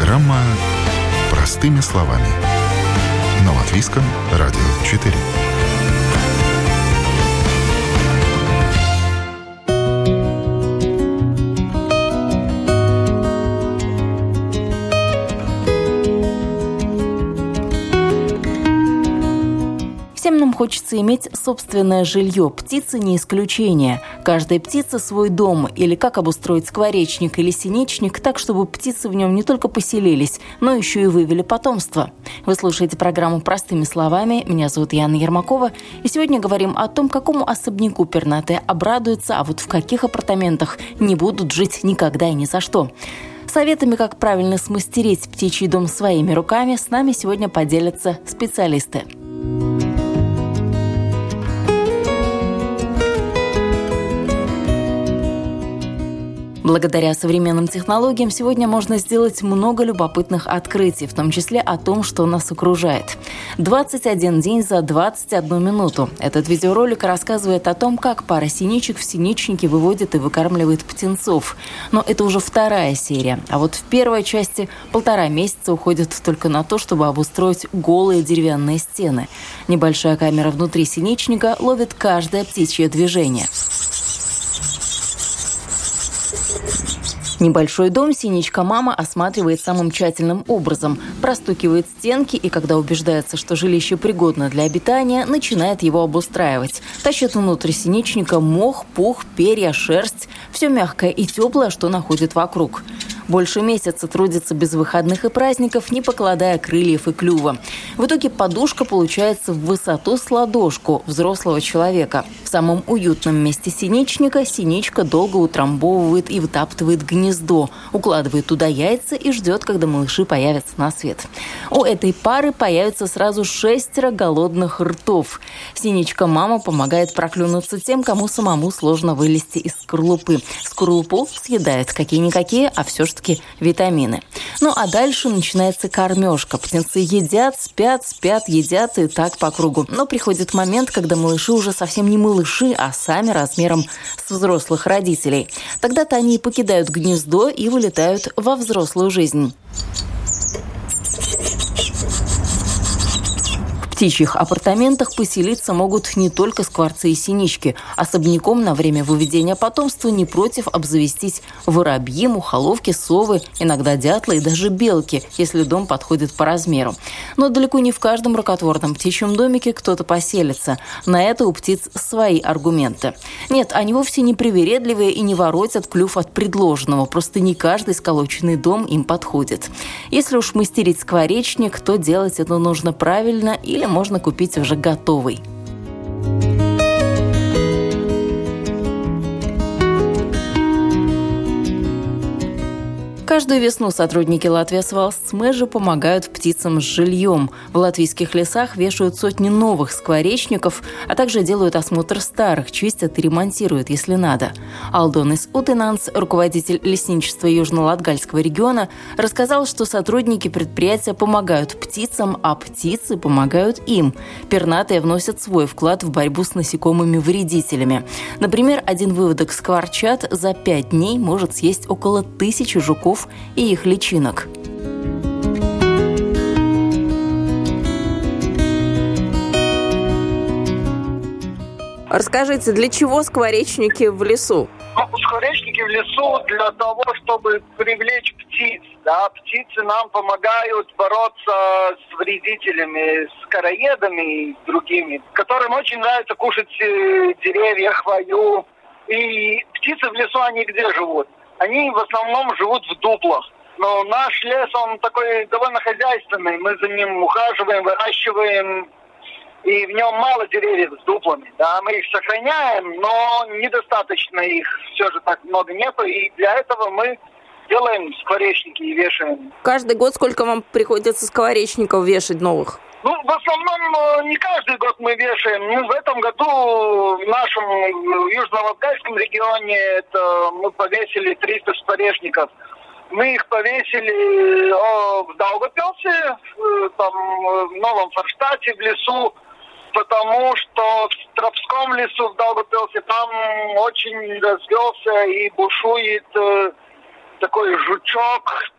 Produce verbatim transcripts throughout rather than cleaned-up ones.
Программа «Простыми словами» на Латвийском радио четыре. Всем нам хочется иметь собственное жилье. Птицы не исключение. Каждая птица свой дом. Или как обустроить скворечник или синичник так, чтобы птицы в нем не только поселились, но еще и вывели потомство. Вы слушаете программу «Простыми словами». Меня зовут Яна Ермакова. И сегодня говорим о том, какому особняку пернатые обрадуются, а вот в каких апартаментах не будут жить никогда и ни за что. Советами, как правильно смастерить птичий дом своими руками, с нами сегодня поделятся специалисты. Благодаря современным технологиям сегодня можно сделать много любопытных открытий, в том числе о том, что нас окружает. двадцать один день за двадцать одну минуту. Этот видеоролик рассказывает о том, как пара синичек в синичнике выводит и выкармливает птенцов. Но это уже вторая серия. А вот в первой части полтора месяца уходит только на то, чтобы обустроить голые деревянные стены. Небольшая камера внутри синичника ловит каждое птичье движение. Небольшой дом синичка-мама осматривает самым тщательным образом, простукивает стенки и, когда убеждается, что жилище пригодно для обитания, начинает его обустраивать. Тащит внутрь синичника мох, пух, перья, шерсть, все мягкое и теплое, что находит вокруг. Больше месяца трудится без выходных и праздников, не покладая крыльев и клюва. В итоге подушка получается в высоту с ладошку взрослого человека. В самом уютном месте синичника синичка долго утрамбовывает и вытаптывает гнездо, укладывает туда яйца и ждет, когда малыши появятся на свет. У этой пары появится сразу шестеро голодных ртов. Синичка-мама помогает проклюнуться тем, кому самому сложно вылезти из скорлупы. Скорлупу съедают какие-никакие, а все же витамины. Ну а дальше начинается кормежка. Птенцы едят, спят, спят, едят и так по кругу. Но приходит момент, когда малыши уже совсем не малыши, а сами размером с взрослых родителей. Тогда-то они и покидают гнездо и вылетают во взрослую жизнь. В птичьих апартаментах поселиться могут не только скворцы и синички. Особняком на время выведения потомства не против обзавестись воробьи, мухоловки, совы, иногда дятлы и даже белки, если дом подходит по размеру. Но далеко не в каждом рукотворном птичьем домике кто-то поселится. На это у птиц свои аргументы. Нет, они вовсе не привередливые и не воротят клюв от предложенного. Просто не каждый сколоченный дом им подходит. Если уж мастерить скворечник, то делать это нужно правильно или можно купить уже готовый. Каждую весну сотрудники Латвijas Valsts Meža помогают птицам с жильем. В латвийских лесах вешают сотни новых скворечников, а также делают осмотр старых, чистят и ремонтируют, если надо. Алдонис Утинанс, руководитель лесничества Южно-Латгальского региона, рассказал, что сотрудники предприятия помогают птицам, а птицы помогают им. Пернатые вносят свой вклад в борьбу с насекомыми-вредителями. Например, один выводок скворчат за пять дней может съесть около тысячи жуков и их личинок. Расскажите, для чего скворечники в лесу? Ну, скворечники в лесу для того, чтобы привлечь птиц. Да? Птицы нам помогают бороться с вредителями, с короедами и другими, которым очень нравится кушать деревья, хвою. И птицы в лесу, они где живут? Они в основном живут в дуплах. Но наш лес, он такой довольно хозяйственный. Мы за ним ухаживаем, выращиваем. И в нем мало деревьев с дуплами. Да, мы их сохраняем, но недостаточно их все же так много нету. И для этого мы делаем скворечники и вешаем. Каждый год сколько вам приходится скворечников вешать новых? Ну, в основном не каждый год мы вешаем. Ну, в этом году в нашем Южно-Латгальском регионе это мы повесили триста скворечников. Мы их повесили о, в Даугавпилсе, там, в Новом Форштате, в лесу, потому что в Тропском лесу в Даугавпилсе там очень развелся и бушует э, такой жучок,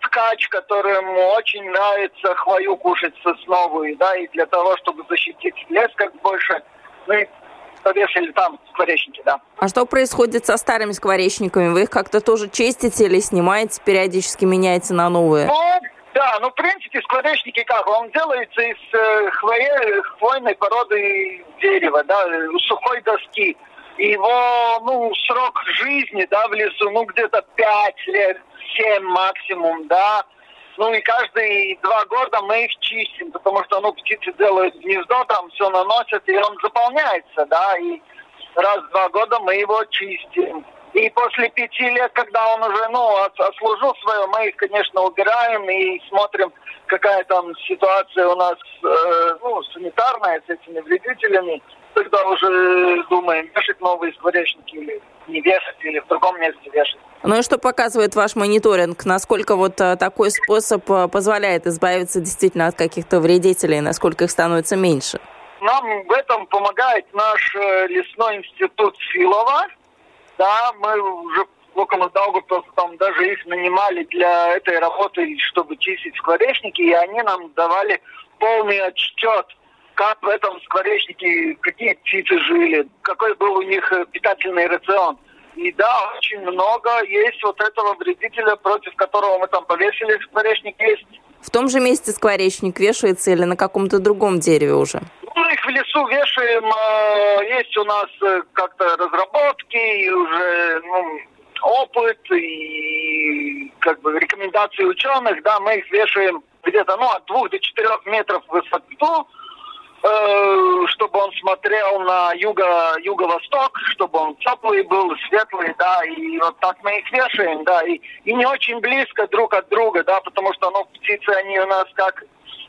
циркач, которым очень нравится хвою кушать сосновую, да, и для того, чтобы защитить лес как больше, мы повесили там скворечники, да. А что происходит со старыми скворечниками? Вы их как-то тоже чистите или снимаете, периодически меняете на новые? Ну, да, ну, в принципе, скворечники как? Он делается из э, хвои, хвойной породы дерева, да, сухой доски. Его, ну, срок жизни, да, в лесу, ну, где-то пять лет, семь максимум, да. Ну, и каждые два года мы их чистим, потому что, ну, птицы делают гнездо, там все наносят, и он заполняется, да, и раз в два года мы его чистим. И после пяти лет, когда он уже, ну, отслужил свое, мы их, конечно, убираем и смотрим, какая там ситуация у нас, э, ну, санитарная с этими вредителями. Тогда уже думаем, вешать новые скворечники или не вешать, или в другом месте вешать. Ну и что показывает ваш мониторинг? Насколько вот такой способ позволяет избавиться действительно от каких-то вредителей, насколько их становится меньше? Нам в этом помогает наш лесной институт Филова. Да, мы уже около Даугавпилса там даже их нанимали для этой работы, чтобы чистить скворечники, и они нам давали полный отчет, как в этом скворечнике, какие птицы жили, какой был у них питательный рацион. И да, очень много есть вот этого вредителя, против которого мы там повесили скворечник, есть. В том же месте скворечник вешается или на каком-то другом дереве уже? Ну, их в лесу вешаем. Есть у нас как-то разработки, и уже ну, опыт, и как бы рекомендации ученых. Да, мы их вешаем где-то ну, от двух до четырех метров в высоту, чтобы он смотрел на юго, юго-восток, чтобы он теплый был, светлый, да, и вот так мы их вешаем, да, и, и не очень близко друг от друга, да, потому что, ну, птицы, они у нас как,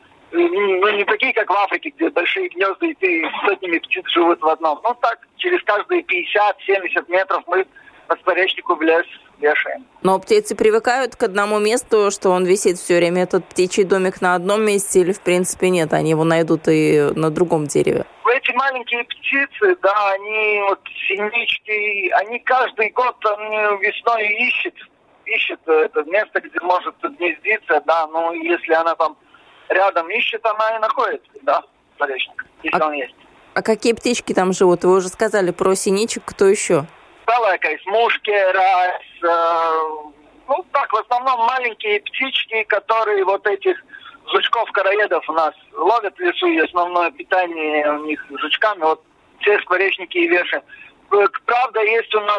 ну, не такие, как в Африке, где большие гнезда, и ты сотнями птиц живут в одном. Ну, так, через каждые пятьдесят-семьдесят метров мы по скворечнику в лес вешаем. Но птицы привыкают к одному месту, что он висит все время, этот птичий домик на одном месте, или в принципе нет, они его найдут и на другом дереве? Эти маленькие птицы, да, они вот синички, они каждый год они весной ищут, ищут это место, где может гнездиться, да, ну если она там рядом ищет, она и находит, да, скворечник, если а, он есть. А какие птички там живут? Вы уже сказали про синичек, кто еще? Пелека, смушки, раз, э, ну так, в основном маленькие птички, которые вот этих жучков-короедов у нас ловят в лесу, и основное питание у них жучками, вот все скворечники и вешаем. Правда, есть у нас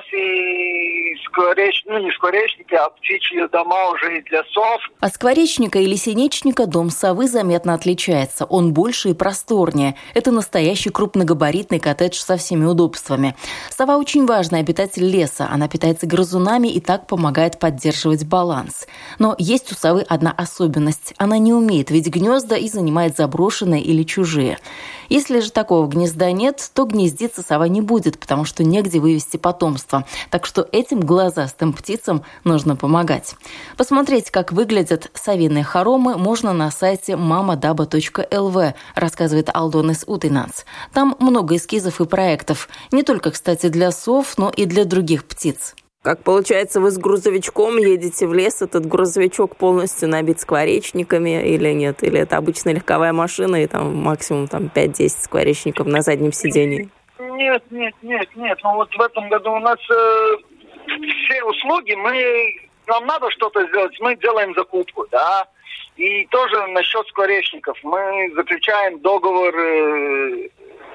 и скворечники, ну не скворечники, а птичьи дома уже и для сов. От скворечника или синичника дом совы заметно отличается. Он больше и просторнее. Это настоящий крупногабаритный коттедж со всеми удобствами. Сова очень важный обитатель леса. Она питается грызунами и так помогает поддерживать баланс. Но есть у совы одна особенность. Она не умеет видеть гнезда и занимает заброшенные или чужие. Если же такого гнезда нет, то гнездиться сова не будет, потому что негде вывести потомство. Так что этим глазастым птицам нужно помогать. Посмотреть, как выглядят совиные хоромы, можно на сайте мама даба точка эл ви, рассказывает Алдонис Утинац. Там много эскизов и проектов. Не только, кстати, для сов, но и для других птиц. Как получается, вы с грузовичком едете в лес, этот грузовичок полностью набит скворечниками или нет? Или это обычная легковая машина и там максимум там, пять-десять скворечников на заднем сидении? Нет, нет, нет, нет. Ну вот в этом году у нас э, все услуги, мы, нам надо что-то сделать, мы делаем закупку, да. И тоже насчет скворечников. Мы заключаем договор э,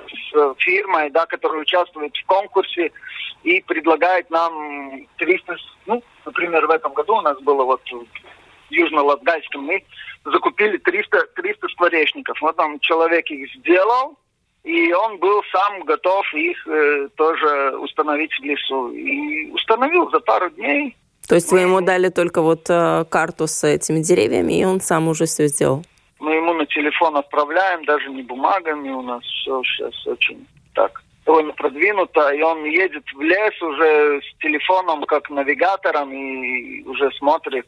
с фирмой, да, которая участвует в конкурсе и предлагает нам триста, ну, например, в этом году у нас было вот в Южно-Латгальском, мы закупили триста, триста скворечников. Вот там человек их сделал, и он был сам готов их э, тоже установить в лесу. И установил за пару дней. То есть вы ему дали только вот э, карту с этими деревьями, и он сам уже все сделал? Мы ему на телефон отправляем, даже не бумагами. У нас все сейчас очень так довольно продвинуто. И он едет в лес уже с телефоном, как навигатором, и уже смотрит.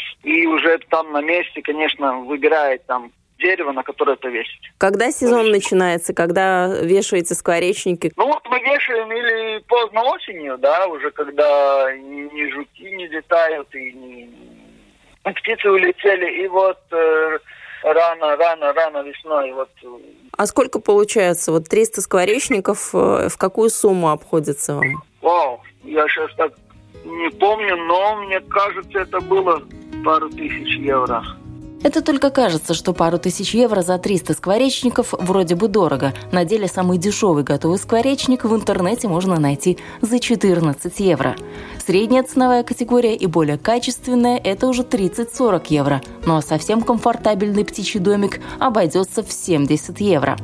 И уже там на месте, конечно, выбирает там дерево, на которое повесить. Когда сезон начинается? Когда вешаете скворечники? Ну вот мы вешаем или поздно осенью, да, уже когда ни жуки не летают, и ни птицы улетели, и вот э, рано, рано, рано весной. Вот. А сколько получается? Вот триста скворечников, в какую сумму обходится вам? Вау, я сейчас так не помню, но мне кажется, это было пару тысяч евро. Это только кажется, что пару тысяч евро за триста скворечников вроде бы дорого. На деле самый дешевый готовый скворечник в интернете можно найти за четырнадцать евро. Средняя ценовая категория и более качественная – это уже тридцать-сорок евро. Ну а совсем комфортабельный птичий домик обойдется в семьдесят евро.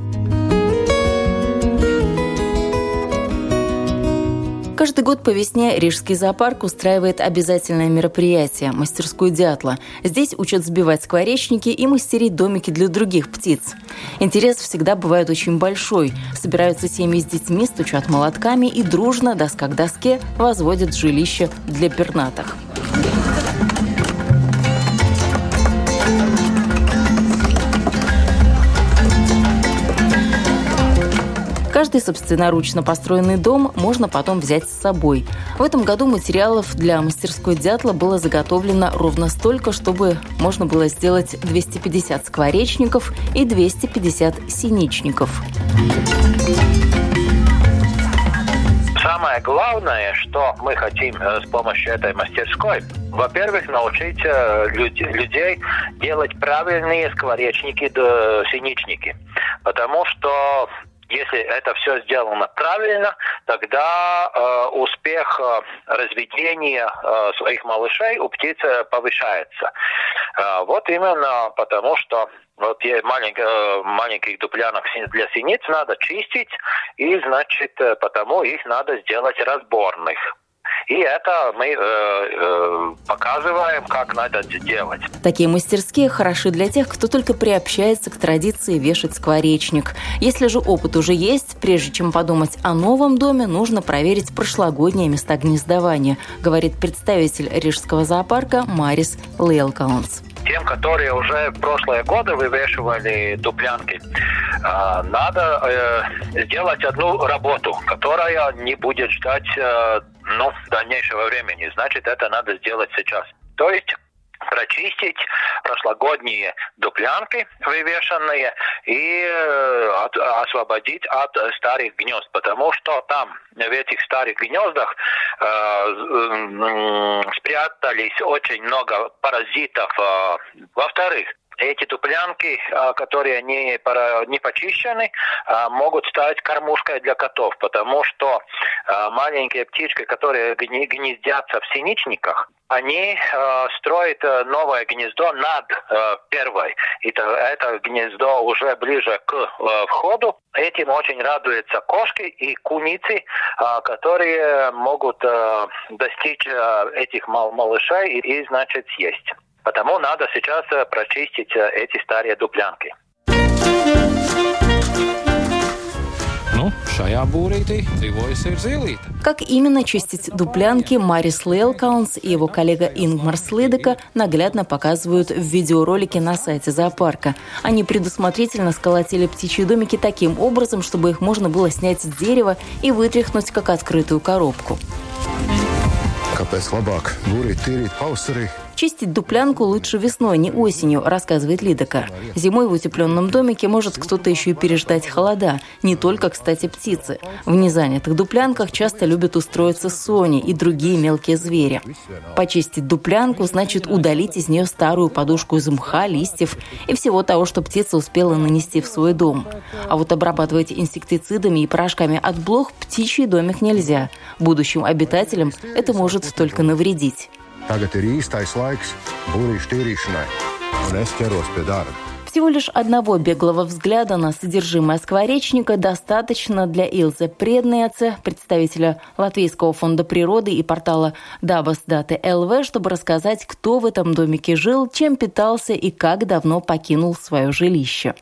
Каждый год по весне Рижский зоопарк устраивает обязательное мероприятие – мастерскую дятла. Здесь учат сбивать скворечники и мастерить домики для других птиц. Интерес всегда бывает очень большой. Собираются семьи с детьми, стучат молотками и дружно, доска к доске, возводят жилище для пернатых. Каждый собственноручно построенный дом можно потом взять с собой. В этом году материалов для мастерской дятла было заготовлено ровно столько, чтобы можно было сделать двести пятьдесят скворечников и двести пятьдесят синичников. Самое главное, что мы хотим с помощью этой мастерской, во-первых, научить людей делать правильные скворечники, синичники. Потому что если это все сделано правильно, тогда э, успех э, разведения э, своих малышей у птицы повышается. Э, вот именно потому, что вот маленьких, э, маленьких дуплянок для синиц надо чистить, и, значит, потому их надо сделать разборных. И это мы э, э, показываем, как надо делать. Такие мастерские хороши для тех, кто только приобщается к традиции вешать скворечник. Если же опыт уже есть, прежде чем подумать о новом доме, нужно проверить прошлогодние места гнездования, говорит представитель Рижского зоопарка Марис Лейлкаунс. Тем, которые уже в прошлые годы вывешивали дуплянки, надо сделать одну работу, которая не будет ждать ну, дальнейшего времени. Значит, это надо сделать сейчас. То есть прочистить прошлогодние дуплянки вывешенные и от, освободить от старых гнезд, потому что там в этих старых гнездах э, э, спрятались очень много паразитов. Э, во-вторых, эти дуплянки, которые не, не почищены, могут стать кормушкой для котов, потому что маленькие птички, которые гнездятся в синичниках, они строят новое гнездо над первой. Это, это гнездо уже ближе к входу. Этим очень радуются кошки и куницы, которые могут достичь этих малышей и, значит, съесть. Потому надо сейчас прочистить эти старые дуплянки. Ну, šajā būrītī dzīvojas ir zilīte. Как именно чистить дуплянки, Марис Лейлкаунс и его коллега Ингмар Слидека наглядно показывают в видеоролике на сайте зоопарка. Они предусмотрительно сколотили птичьи домики таким образом, чтобы их можно было снять с дерева и вытряхнуть как открытую коробку. Kāpēc labāk būrīt, tīrīt pavasarī? Чистить дуплянку лучше весной, не осенью, рассказывает Лидека. Зимой в утепленном домике может кто-то еще и переждать холода. Не только, кстати, птицы. В незанятых дуплянках часто любят устроиться сони и другие мелкие звери. Почистить дуплянку значит удалить из нее старую подушку из мха, листьев и всего того, что птица успела нанести в свой дом. А вот обрабатывать инсектицидами и порошками от блох птичий домик нельзя. Будущим обитателям это может только навредить. Tagad ir īstais laiks būrīšu tīrīšanai, un es ķeros pie darba. Всего лишь одного беглого взгляда на содержимое скворечника достаточно для Илзы Преднеце, представителя Латвийского фонда природы и портала Dabas Dati эл ви, чтобы рассказать, кто в этом домике жил, чем питался и как давно покинул свое жилище.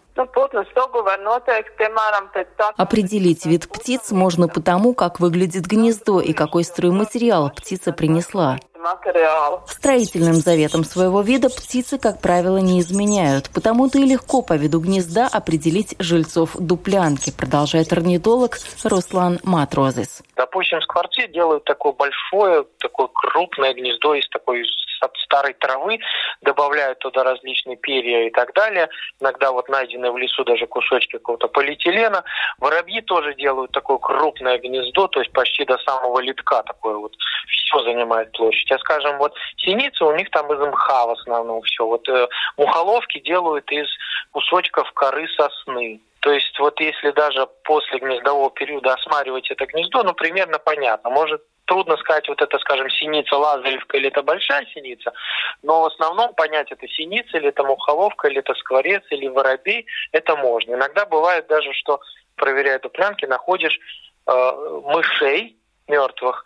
Определить вид птиц можно по тому, как выглядит гнездо и какой стройматериал птица принесла. Строительным заветом своего вида птицы, как правило, не изменяют, потому-то и легко по виду гнезда определить жильцов дуплянки, продолжает орнитолог Руслан Матрозис. Допустим, скворцы делают такое большое, такое крупное гнездо из такой от старой травы, добавляют туда различные перья и так далее. Иногда вот найдены в лесу даже кусочки какого-то полиэтилена. Воробьи тоже делают такое крупное гнездо, то есть почти до самого литка такое вот. Все занимает площадь. А, скажем, вот синицы у них там из мха в основном все. Вот э, мухоловки делают из кусочков коры сосны. То есть вот если даже после гнездового периода осматривать это гнездо, ну, примерно понятно. Может, трудно сказать, вот это, скажем, синица лазаревка или это большая синица, но в основном понять, это синица или это мухоловка, или это скворец, или воробей, это можно. Иногда бывает даже, что, проверяя дуплянки, находишь э, мышей мертвых,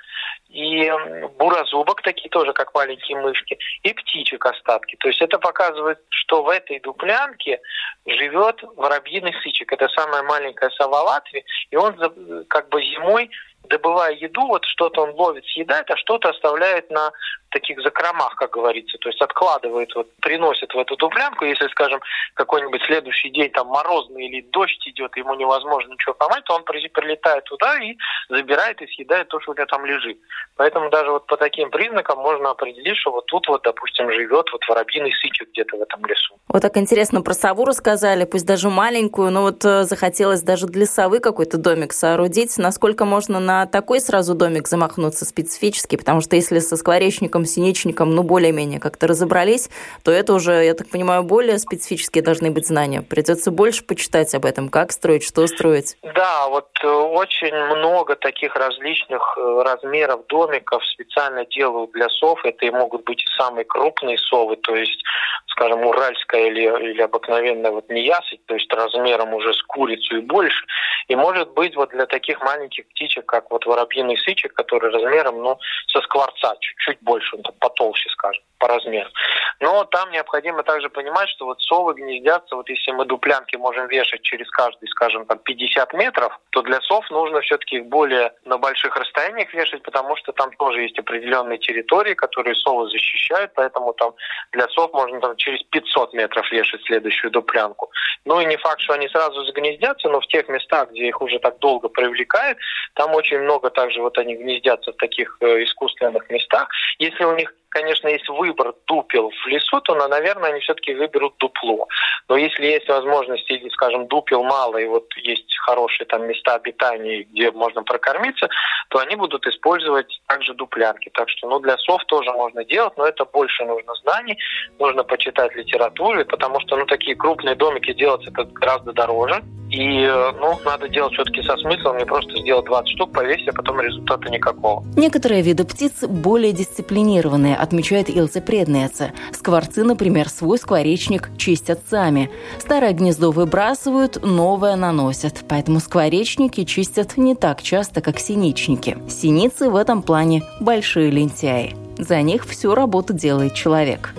и бурозубок, такие тоже, как маленькие мышки, и птичек остатки. То есть это показывает, что в этой дуплянке живет воробьиный сычек. Это самая маленькая сова Латвии, и он как бы зимой, добывая еду, вот что-то он ловит, съедает, а что-то оставляет на таких закромах, как говорится, то есть откладывает, вот, приносит в эту дуплянку. Если, скажем, какой-нибудь следующий день там морозный или дождь идет, ему невозможно ничего поймать, то он прилетает туда и забирает и съедает то, что у него там лежит. Поэтому даже вот по таким признакам можно определить, что вот тут вот, допустим, живет вот воробьиный сычек где-то в этом лесу. Вот так интересно про сову рассказали, пусть даже маленькую, но вот захотелось даже для совы какой-то домик соорудить. Насколько можно на такой сразу домик замахнуться специфически? Потому что если со скворечником, синичником, ну, более-менее как-то разобрались, то это уже, я так понимаю, более специфические должны быть знания. Придется больше почитать об этом, как строить, что строить. Да, вот очень много таких различных размеров домиков специально делают для сов. Это и могут быть и самые крупные совы, то есть, скажем, уральская или, или обыкновенная вот неясыть, то есть размером уже с курицу и больше. И может быть вот для таких маленьких птичек, как вот воробьиный сычек, который размером, ну, со скворца, чуть-чуть больше, он там потолще, скажем, по размеру. Но там необходимо также понимать, что вот совы гнездятся, вот если мы дуплянки можем вешать через каждый, скажем, там пятьдесят метров, то для сов нужно все-таки их более на больших расстояниях вешать, потому что там тоже есть определенные территории, которые совы защищают, поэтому там для сов можно там через пятьсот метров вешать следующую дуплянку. Ну и не факт, что они сразу загнездятся, но в тех местах, где их уже так долго привлекают, там очень много также вот они гнездятся в таких э, искусственных местах. Если у них, конечно, есть выбор дупел в лесу, то, ну, наверное, они все-таки выберут дупло. Но если есть возможность, или, скажем, дупел мало, и вот есть хорошие там места обитания, где можно прокормиться, то они будут использовать также дуплянки. Так что, ну, для сов тоже можно делать, но это больше нужно знаний, нужно почитать литературу, потому что, ну, такие крупные домики делать это гораздо дороже. И, ну, надо делать все-таки со смыслом, не просто сделать двадцать штук, повесить, а потом результата никакого. Некоторые виды птиц более дисциплинированные, отмечает Илзе Преднеце. Скворцы, например, свой скворечник чистят сами. Старое гнездо выбрасывают, новое наносят. Поэтому скворечники чистят не так часто, как синичники. Синицы в этом плане большие лентяи. За них всю работу делает человек.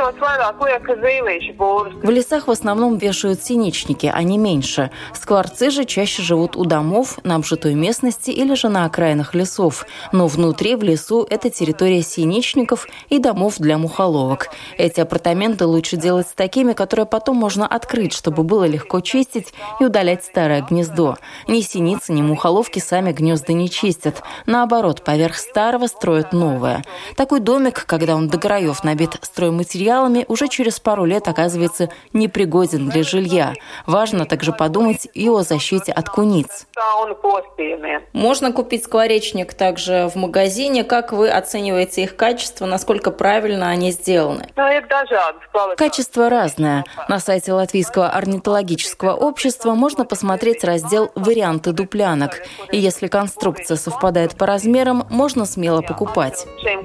В лесах в основном вешают синичники, а не меньше. Скворцы же чаще живут у домов, на обжитой местности или же на окраинах лесов. Но внутри, в лесу, это территория синичников и домов для мухоловок. Эти апартаменты лучше делать с такими, которые потом можно открыть, чтобы было легко чистить и удалять старое гнездо. Ни синицы, ни мухоловки сами гнезда не чистят. Наоборот, поверх старого строят новое. Такой домик, когда он до краев набит стройматериалами, уже через пару лет оказывается непригоден для жилья. Важно также подумать и о защите от куниц. Можно купить скворечник также в магазине. Как вы оцениваете их качество? Насколько правильно они сделаны? Качество разное. На сайте Латвийского орнитологического общества можно посмотреть раздел «Варианты дуплянок». И если конструкция совпадает по размерам, можно смело покупать.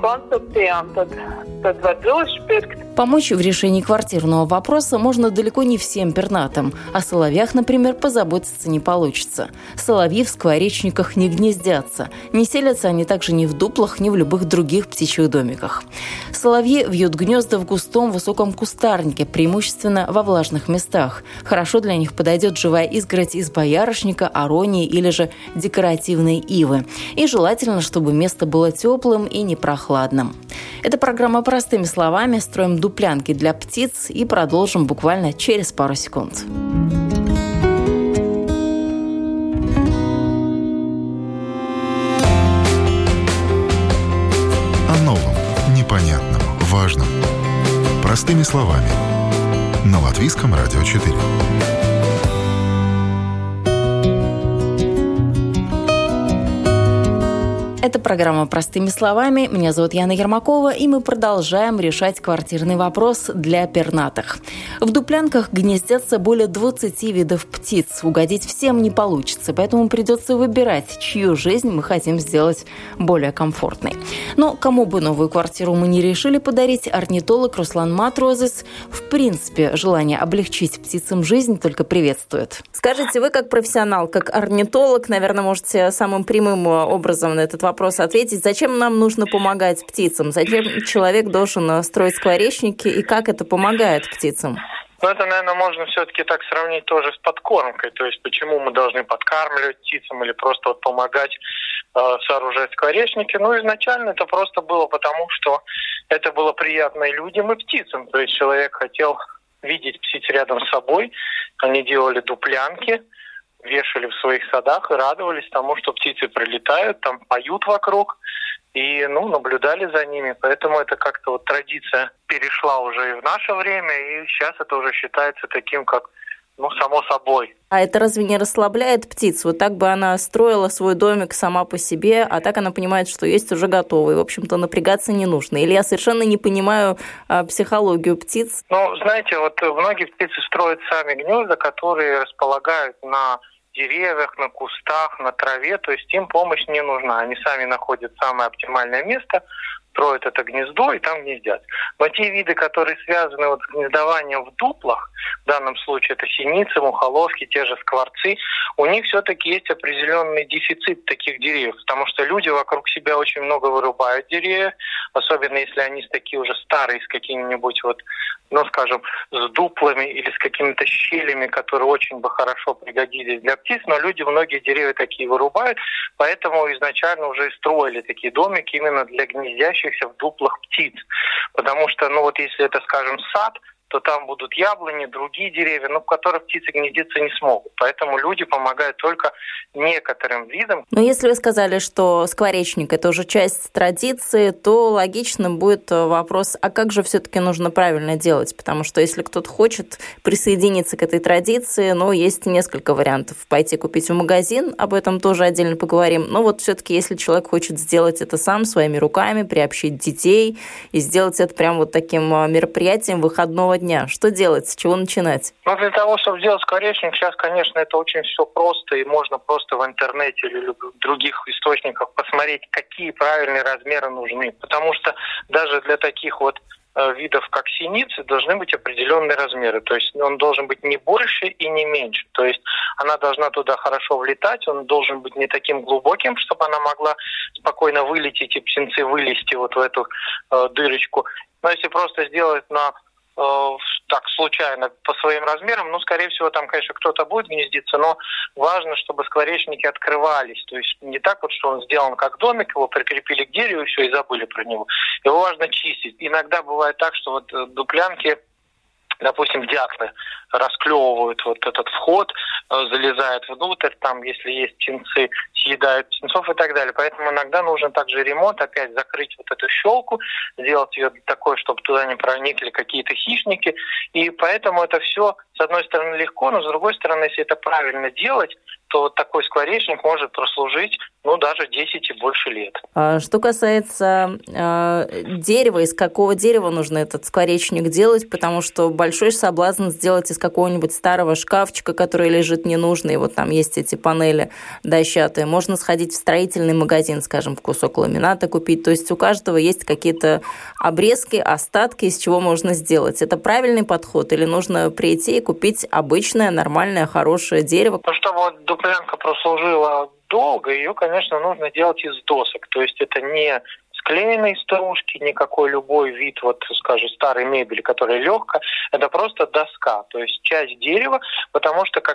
Помочь в решении квартирного вопроса можно далеко не всем пернатым. О соловьях, например, позаботиться не получится. Соловьи в скворечниках не гнездятся. Не селятся они также ни в дуплах, ни в любых других птичьих домиках. Соловьи вьют гнезда в густом высоком кустарнике, преимущественно во влажных местах. Хорошо для них подойдет живая изгородь из боярышника, аронии или же декоративной ивы. И желательно, чтобы место было теплым и не прохладным. Это программа «Простыми словами». Строим дуплянки для птиц и продолжим буквально через пару секунд. О новом, непонятном, важном. Простыми словами. На Латвийском радио четыре. Это программа «Простыми словами». Меня зовут Яна Ермакова, и мы продолжаем решать квартирный вопрос для пернатых. В дуплянках гнездятся более двадцати видов птиц. Угодить всем не получится, поэтому придется выбирать, чью жизнь мы хотим сделать более комфортной. Но кому бы новую квартиру мы не решили подарить, орнитолог Руслан Матрозес в принципе желание облегчить птицам жизнь только приветствует. Скажите, вы как профессионал, как орнитолог, наверное, можете самым прямым образом на этот вопрос вопрос ответить. Зачем нам нужно помогать птицам? Зачем человек должен строить скворечники и как это помогает птицам? Ну, это, наверное, можно все-таки так сравнить тоже с подкормкой. То есть, почему мы должны подкармливать птицам или просто вот помогать э, сооружать скворечники. Ну, изначально это просто было потому, что это было приятно и людям, и птицам. То есть, человек хотел видеть птиц рядом с собой. Они делали дуплянки, вешали в своих садах и радовались тому, что птицы прилетают, там поют вокруг и, ну, наблюдали за ними. Поэтому это как-то вот традиция перешла уже и в наше время, и сейчас это уже считается таким, как, ну, само собой. А это разве не расслабляет птиц? Вот так бы она строила свой домик сама по себе, а так она понимает, что есть уже готовый. В общем-то, напрягаться не нужно. Или я совершенно не понимаю а, психологию птиц? Ну, знаете, вот многие птицы строят сами гнезда, которые располагают на деревьях, на кустах, на траве, то есть им помощь не нужна. Они сами находят самое оптимальное место, строят это гнездо и там гнездят. Но те виды, которые связаны вот с гнездованием в дуплах, в данном случае это синицы, мухоловки, те же скворцы, у них все-таки есть определенный дефицит таких деревьев, потому что люди вокруг себя очень много вырубают деревьев, особенно если они такие уже старые, с какими-нибудь вот, ну, скажем, с дуплами или с какими-то щелями, которые очень бы хорошо пригодились для птиц, но люди многие деревья такие вырубают, поэтому изначально уже и строили такие домики именно для гнездящихся в дуплах птиц. Потому что, ну вот если это, скажем, сад, то там будут яблони, другие деревья, но в которых птицы гнездиться не смогут. Поэтому люди помогают только некоторым видам. Но если вы сказали, что скворечник – это уже часть традиции, то логично будет вопрос, а как же все-таки нужно правильно делать? Потому что если кто-то хочет присоединиться к этой традиции, ну, есть несколько вариантов. Пойти купить в магазин, об этом тоже отдельно поговорим. Но вот все-таки, если человек хочет сделать это сам, своими руками, приобщить детей и сделать это прям вот таким мероприятием выходного дня. Что делать? С чего начинать? Ну, для того, чтобы сделать скворечник, сейчас, конечно, это очень все просто, и можно просто в интернете или в других источниках посмотреть, какие правильные размеры нужны. Потому что даже для таких вот э, видов, как синицы, должны быть определенные размеры. То есть он должен быть не больше и не меньше. То есть она должна туда хорошо влетать, он должен быть не таким глубоким, чтобы она могла спокойно вылететь и птенцы вылезти вот в эту э, дырочку. Но если просто сделать на так случайно по своим размерам, ну, скорее всего, там, конечно, кто-то будет гнездиться, но важно, чтобы скворечники открывались. То есть не так вот, что он сделан как домик, его прикрепили к дереву, и все, и забыли про него. Его важно чистить. Иногда бывает так, что вот дуплянки, допустим, дятлы расклевывают вот этот вход, залезают внутрь, там, если есть птенцы, съедают птенцов и так далее. Поэтому иногда нужен также ремонт, опять закрыть вот эту щелку, сделать ее такой, чтобы туда не проникли какие-то хищники. И поэтому это все, с одной стороны, легко, но с другой стороны, если это правильно делать, то вот такой скворечник может прослужить, ну, даже десять и больше лет. Что касается э, дерева, из какого дерева нужно этот скворечник делать, потому что большой соблазн сделать из какого-нибудь старого шкафчика, который лежит ненужный, вот там есть эти панели дощатые. Можно сходить в строительный магазин, скажем, в кусок ламината купить. То есть у каждого есть какие-то обрезки, остатки, из чего можно сделать. Это правильный подход или нужно прийти и купить обычное, нормальное, хорошее дерево? Ну, чтобы вот дуплянка прослужила долго, ее, конечно, нужно делать из досок. То есть это не склеенные стружки, никакой любой вид, вот, скажем, старой мебели, которая легкая, это просто доска, то есть часть дерева, потому что когда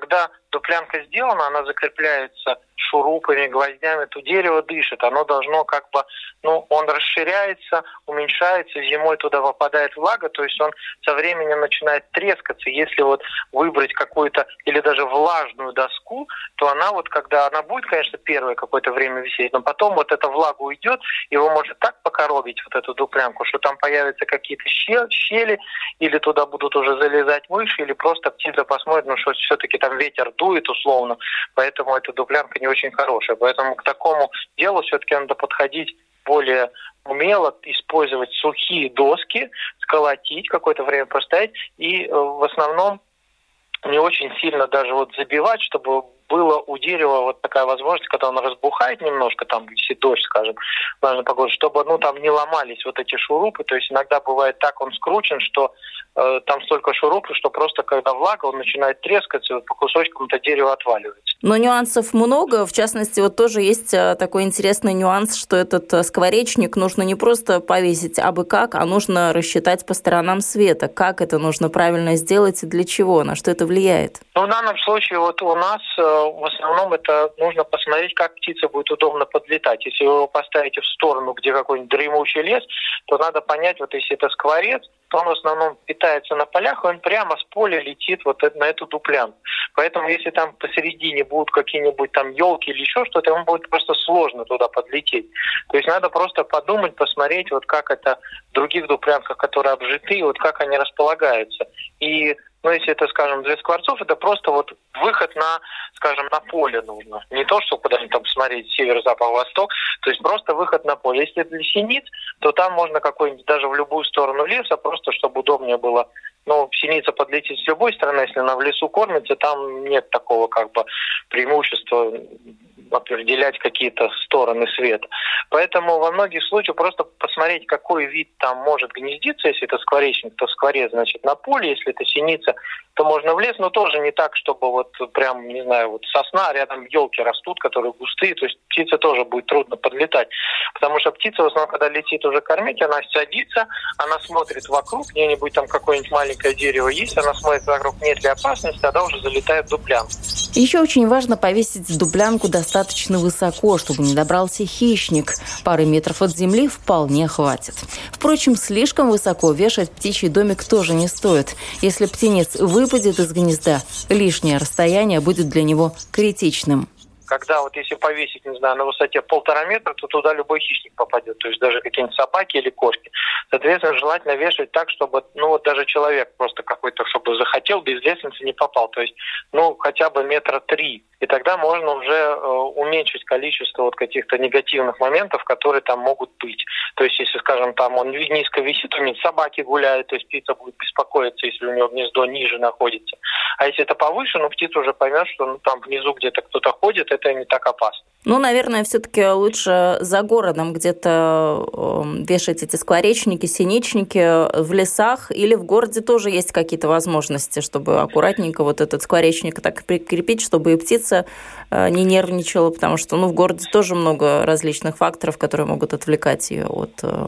дуплянка сделана, она закрепляется шурупами, гвоздями, то дерево дышит. Оно должно как бы, ну, он расширяется, уменьшается, зимой туда попадает влага, то есть он со временем начинает трескаться. Если вот выбрать какую-то или даже влажную доску, то она вот, когда она будет, конечно, первое какое-то время висеть, но потом вот эта влага уйдет, его может так покоробить, вот эту дуплянку, что там появятся какие-то щели, или туда будут уже залезать мыши, или просто птица посмотрит, ну что все-таки там ветер дует условно, поэтому эта дуплянка не очень хорошая. Поэтому к такому делу все-таки надо подходить более умело, использовать сухие доски, сколотить, какое-то время поставить и э, в основном не очень сильно даже вот забивать, чтобы было у дерева вот такая возможность, когда он разбухает немножко, там висит дождь, скажем, важно погода, чтобы ну, там не ломались вот эти шурупы. То есть иногда бывает так, он скручен, что э, там столько шурупов, что просто когда влага, он начинает трескаться, и вот по кусочкам это дерево отваливается. Но нюансов много. В частности, вот тоже есть такой интересный нюанс, что этот скворечник нужно не просто повесить абы как, а нужно рассчитать по сторонам света. Как это нужно правильно сделать и для чего? На что это влияет? Ну, в данном случае вот у нас в основном это нужно посмотреть, как птице будет удобно подлетать. Если вы его поставите в сторону, где какой-нибудь дремучий лес, то надо понять, вот если это скворец, то он в основном питается на полях, и он прямо с поля летит вот на эту дуплянку. Поэтому если там посередине будут какие-нибудь там елки или еще что-то, ему будет просто сложно туда подлететь. То есть надо просто подумать, посмотреть, вот как это в других дуплянках, которые обжиты, вот как они располагаются. И ну, если это, скажем, для скворцов, это просто вот выход на, скажем, на поле нужно. Не то, что куда-нибудь там смотреть север, запад, восток, то есть просто выход на поле. Если это для синиц, то там можно какой-нибудь даже в любую сторону леса, просто чтобы удобнее было. Ну, синица подлетит с любой стороны, если она в лесу кормится, там нет такого как бы преимущества определять какие-то стороны света. Поэтому во многих случаях просто посмотреть, какой вид там может гнездиться. Если это скворечник, то скворец, значит, на поле. Если это синица, то можно в лес, но тоже не так, чтобы вот прям, не знаю, вот сосна, а рядом елки растут, которые густые, то есть птице тоже будет трудно подлетать. Потому что птица в основном, когда летит уже кормить, она садится, она смотрит вокруг, где-нибудь там какое-нибудь маленькое дерево есть, она смотрит вокруг, нет ли опасности, тогда уже залетает в дуплянку. Еще очень важно повесить дуплянку достаточно высоко, чтобы не добрался хищник. Пары метров от земли вполне хватит. Впрочем, слишком высоко вешать птичий домик тоже не стоит. Если птенец выпадет из гнезда, лишнее расстояние будет для него критичным. Когда вот если повесить, не знаю, на высоте полтора метра, то туда любой хищник попадет, то есть даже какие-нибудь собаки или кошки. Соответственно, желательно вешать так, чтобы, ну вот даже человек просто какой-то, чтобы захотел, без лестницы не попал, то есть, ну, хотя бы метра три. И тогда можно уже э, уменьшить количество вот каких-то негативных моментов, которые там могут быть. То есть, если, скажем, там он низко висит, у него собаки гуляют, то есть птица будет беспокоиться, если у него гнездо ниже находится. А если это повыше, ну, птица уже поймет, что ну, там внизу где-то кто-то ходит, это не так опасно. Ну, наверное, все-таки лучше за городом где-то вешать эти скворечники, синичники в лесах, или в городе тоже есть какие-то возможности, чтобы аккуратненько вот этот скворечник так прикрепить, чтобы и птица не нервничала, потому что ну, в городе тоже много различных факторов, которые могут отвлекать ее от э,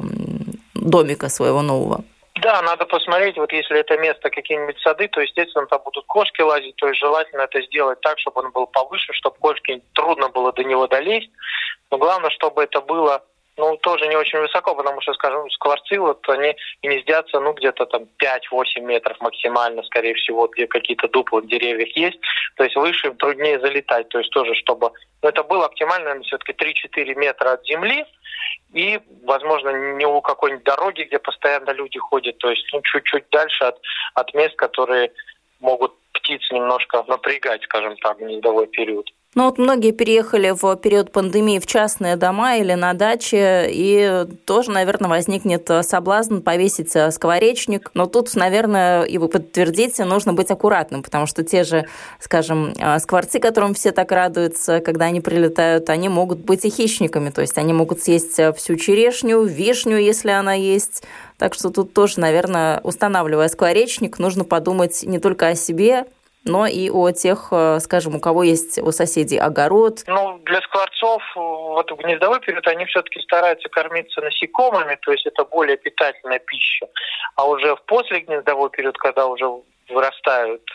домика своего нового. Да, надо посмотреть, вот если это место какие-нибудь сады, то, естественно, там будут кошки лазить, то есть желательно это сделать так, чтобы он был повыше, чтобы кошке трудно было до него долезть. Но главное, чтобы это было, ну, тоже не очень высоко, потому что, скажем, скворцы, вот они гнездятся, ну, где-то там пять-восемь метров максимально, скорее всего, где какие-то дупла в деревьях есть. То есть выше им труднее залетать. То есть тоже, чтобы... Ну, это было оптимально, наверное, все-таки три-четыре метра от земли. И, возможно, не у какой-нибудь дороги, где постоянно люди ходят. То есть ну, чуть-чуть дальше от, от мест, которые могут птиц немножко напрягать, скажем так, в гнездовой период. Ну вот многие переехали в период пандемии в частные дома или на даче, и тоже, наверное, возникнет соблазн повесить скворечник. Но тут, наверное, и вы подтвердите, нужно быть аккуратным, потому что те же, скажем, скворцы, которым все так радуются, когда они прилетают, они могут быть и хищниками, то есть они могут съесть всю черешню, вишню, если она есть. Так что тут тоже, наверное, устанавливая скворечник, нужно подумать не только о себе, но и о тех, скажем, у кого есть у соседей огород. Ну, для скворцов вот в гнездовой период они все-таки стараются кормиться насекомыми, то есть это более питательная пища. А уже в послегнездовой период, когда уже вырастают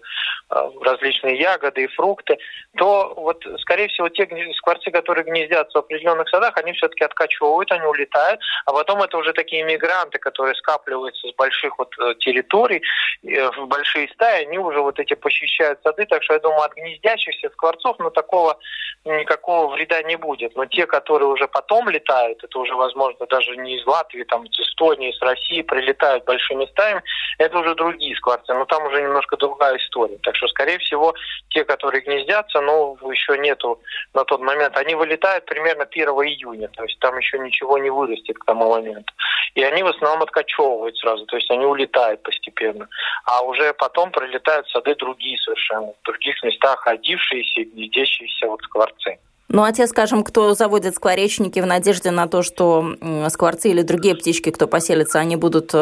различные ягоды и фрукты, то вот, скорее всего, те скворцы, которые гнездятся в определенных садах, они все-таки откачевывают, они улетают, а потом это уже такие мигранты, которые скапливаются с больших вот территорий, в большие стаи, они уже вот эти посещают сады, так что я думаю, от гнездящихся скворцов, ну, такого никакого вреда не будет. Но те, которые уже потом летают, это уже, возможно, даже не из Латвии, там, из Эстонии, из России, прилетают большими стаями, это уже другие скворцы, но там уже немножко другая история. Так что, скорее всего, те, которые гнездятся, ну, еще нету на тот момент, они вылетают примерно первого июня, то есть там еще ничего не вырастет к тому моменту. И они в основном откачевывают сразу, то есть они улетают постепенно. А уже потом прилетают в сады другие совершенно, в других местах ходившиеся, гнездящиеся вот скворцы. Ну, а те, скажем, кто заводит скворечники в надежде на то, что скворцы или другие птички, кто поселится, они будут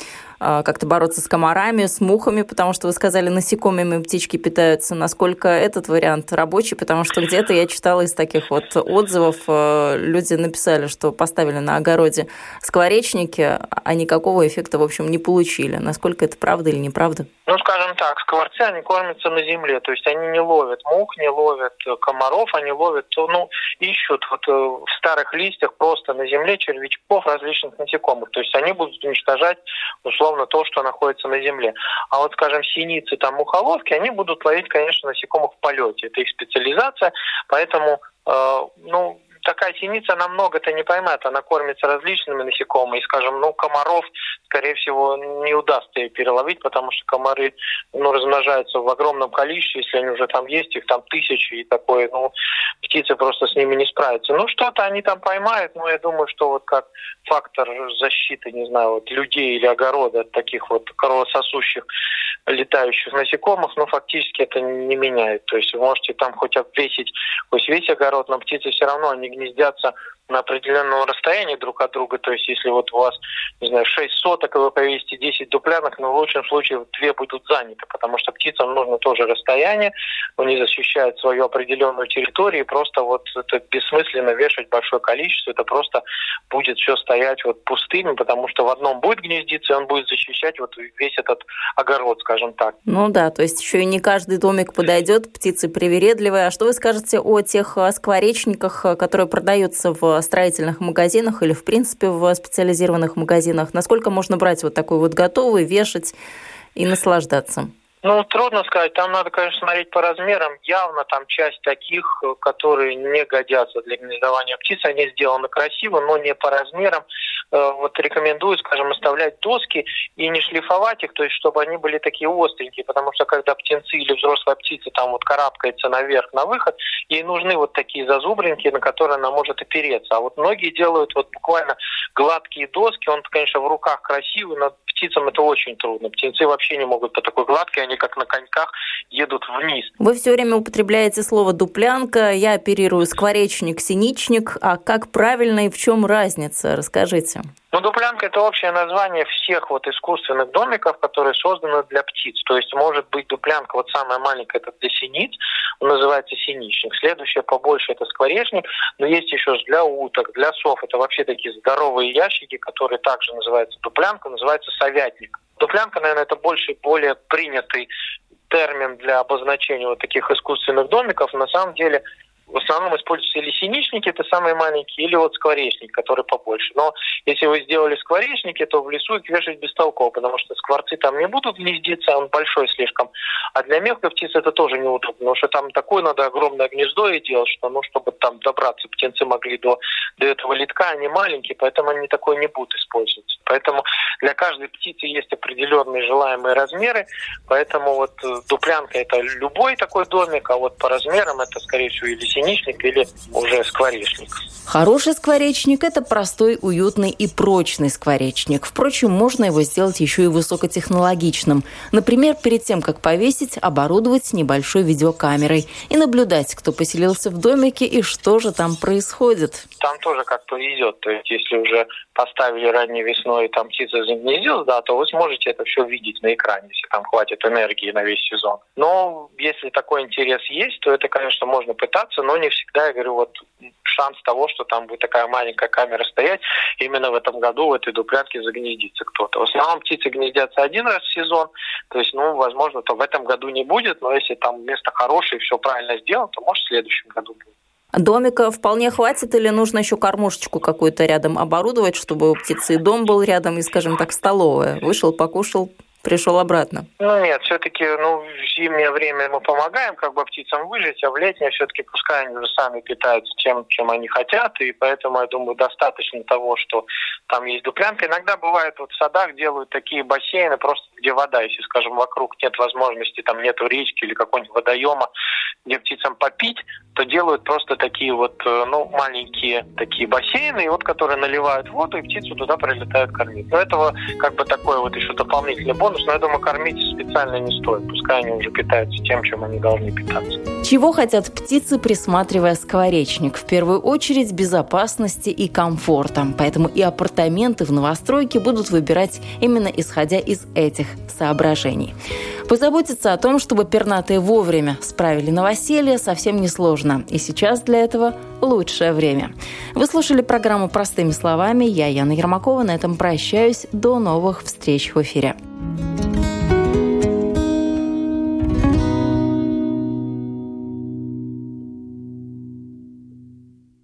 как-то бороться с комарами, с мухами, потому что вы сказали, насекомыми птички питаются. Насколько этот вариант рабочий? Потому что где-то я читала из таких вот отзывов, люди написали, что поставили на огороде скворечники, а никакого эффекта, в общем, не получили. Насколько это правда или неправда? Ну, скажем так, скворцы, они кормятся на земле, то есть они не ловят мух, не ловят комаров, они ловят, ну, ищут вот в старых листьях просто на земле червячков, различных насекомых, то есть они будут уничтожать, условно, то, что находится на земле. А вот, скажем, синицы, там, мухоловки, они будут ловить, конечно, насекомых в полете, это их специализация, поэтому, э, ну, такая синица, она много-то не поймает, она кормится различными насекомыми, и, скажем, ну, комаров, скорее всего, не удастся ей переловить, потому что комары, ну, размножаются в огромном количестве, если они уже там есть, их там тысячи, и такое, ну, птицы просто с ними не справятся. Ну, что-то они там поймают, но я думаю, что вот как фактор защиты, не знаю, вот людей или огорода от таких вот кровососущих летающих насекомых, ну, фактически это не меняет. То есть вы можете там хоть обвесить, хоть весь огород, но птицы все равно, они гнездятся на определенном расстоянии друг от друга. То есть если вот у вас, не знаю, шесть соток, и вы повесите десять дуплянок, но в лучшем случае две будут заняты, потому что птицам нужно тоже расстояние, они защищают свою определенную территорию, и просто вот это бессмысленно вешать большое количество, это просто будет все стоять вот пустыми, потому что в одном будет гнездиться, и он будет защищать вот весь этот огород, скажем так. Ну да, то есть еще и не каждый домик подойдет, птицы привередливые. А что вы скажете о тех скворечниках, которые продаются в строительных магазинах или, в принципе, в специализированных магазинах? Насколько можно брать вот такой вот готовый, вешать и наслаждаться? Ну, трудно сказать. Там надо, конечно, смотреть по размерам. Явно там часть таких, которые не годятся для гнездования птиц. Они сделаны красиво, но не по размерам. Вот рекомендую, скажем, оставлять доски и не шлифовать их, то есть чтобы они были такие остренькие, потому что когда птенцы или взрослая птица там вот карабкается наверх на выход, ей нужны вот такие зазубринки, на которые она может опереться. А вот многие делают вот буквально гладкие доски. Он, конечно, в руках красивый, но птицам это очень трудно. Птенцы вообще не могут по такой гладкой, они как на коньках едут вниз. Вы все время употребляете слово «дуплянка», я оперирую скворечник, синичник. А как правильно и в чем разница? Расскажите. Ну, дуплянка – это общее название всех вот искусственных домиков, которые созданы для птиц. То есть может быть дуплянка, вот самая маленькая, это для синиц, он называется синичник. Следующая побольше – это скворечник, но есть еще для уток, для сов. Это вообще такие здоровые ящики, которые также называются дуплянка, называется совятник. Дуплянка, наверное, это больше более принятый термин для обозначения вот таких искусственных домиков. На самом деле в основном используются или синичники, это самые маленькие, или вот скворечник, который побольше. Но если вы сделали скворечники, то в лесу их вешать бестолково, потому что скворцы там не будут гнездиться, он большой слишком. А для мелкой птицы это тоже неудобно, потому что там такое надо огромное гнездо и делать, что, ну, чтобы там добраться, птенцы могли до, до этого литка, они маленькие, поэтому они такое не будут использоваться. Поэтому для каждой птицы есть определенные желаемые размеры, поэтому вот дуплянка это любой такой домик, а вот по размерам это, скорее всего, или синичник, или уже скворечник. Хороший скворечник – это простой, уютный и прочный скворечник. Впрочем, можно его сделать еще и высокотехнологичным. Например, перед тем, как повесить, оборудовать небольшой видеокамерой и наблюдать, кто поселился в домике и что же там происходит. Там тоже как повезет. То есть, если уже поставили ранней весной, и там птица загнездилась, да, то вы сможете это все видеть на экране, если там хватит энергии на весь сезон. Но если такой интерес есть, то это, конечно, можно пытаться, но не всегда, я говорю, вот шанс того, что там будет такая маленькая камера стоять, именно в этом году в этой дуплянке загнездится кто-то. В основном птицы гнездятся один раз в сезон, то есть, ну, возможно, то в этом году не будет, но если там место хорошее, все правильно сделано, то, может, в следующем году будет. Домика вполне хватит или нужно еще кормушечку какую-то рядом оборудовать, чтобы у птицы и дом был рядом, и, скажем так, столовая? Вышел, покушал, пришел обратно. Ну нет, все-таки ну, в зимнее время мы помогаем как бы птицам выжить, а в летнее все-таки пускай они уже сами питаются тем, чем они хотят, и поэтому, я думаю, достаточно того, что там есть дуплянка. Иногда бывает, вот в садах делают такие бассейны, просто где вода, если, скажем, вокруг нет возможности, там нету речки или какого-нибудь водоема, где птицам попить, то делают просто такие вот, ну, маленькие такие бассейны, и вот, которые наливают воду, и птицу туда прилетают кормить. Но этого как бы такой вот еще дополнительный бонус, но я думаю, кормить специально не стоит. Пускай они уже питаются тем, чем они должны питаться. Чего хотят птицы, присматривая скворечник? В первую очередь безопасности и комфорта. Поэтому и апартаменты в новостройке будут выбирать именно исходя из этих соображений. Позаботиться о том, чтобы пернатые вовремя справили новоселье, совсем несложно. И сейчас для этого лучшее время. Вы слушали программу «Простыми словами». Я, Яна Ермакова, на этом прощаюсь. До новых встреч в эфире.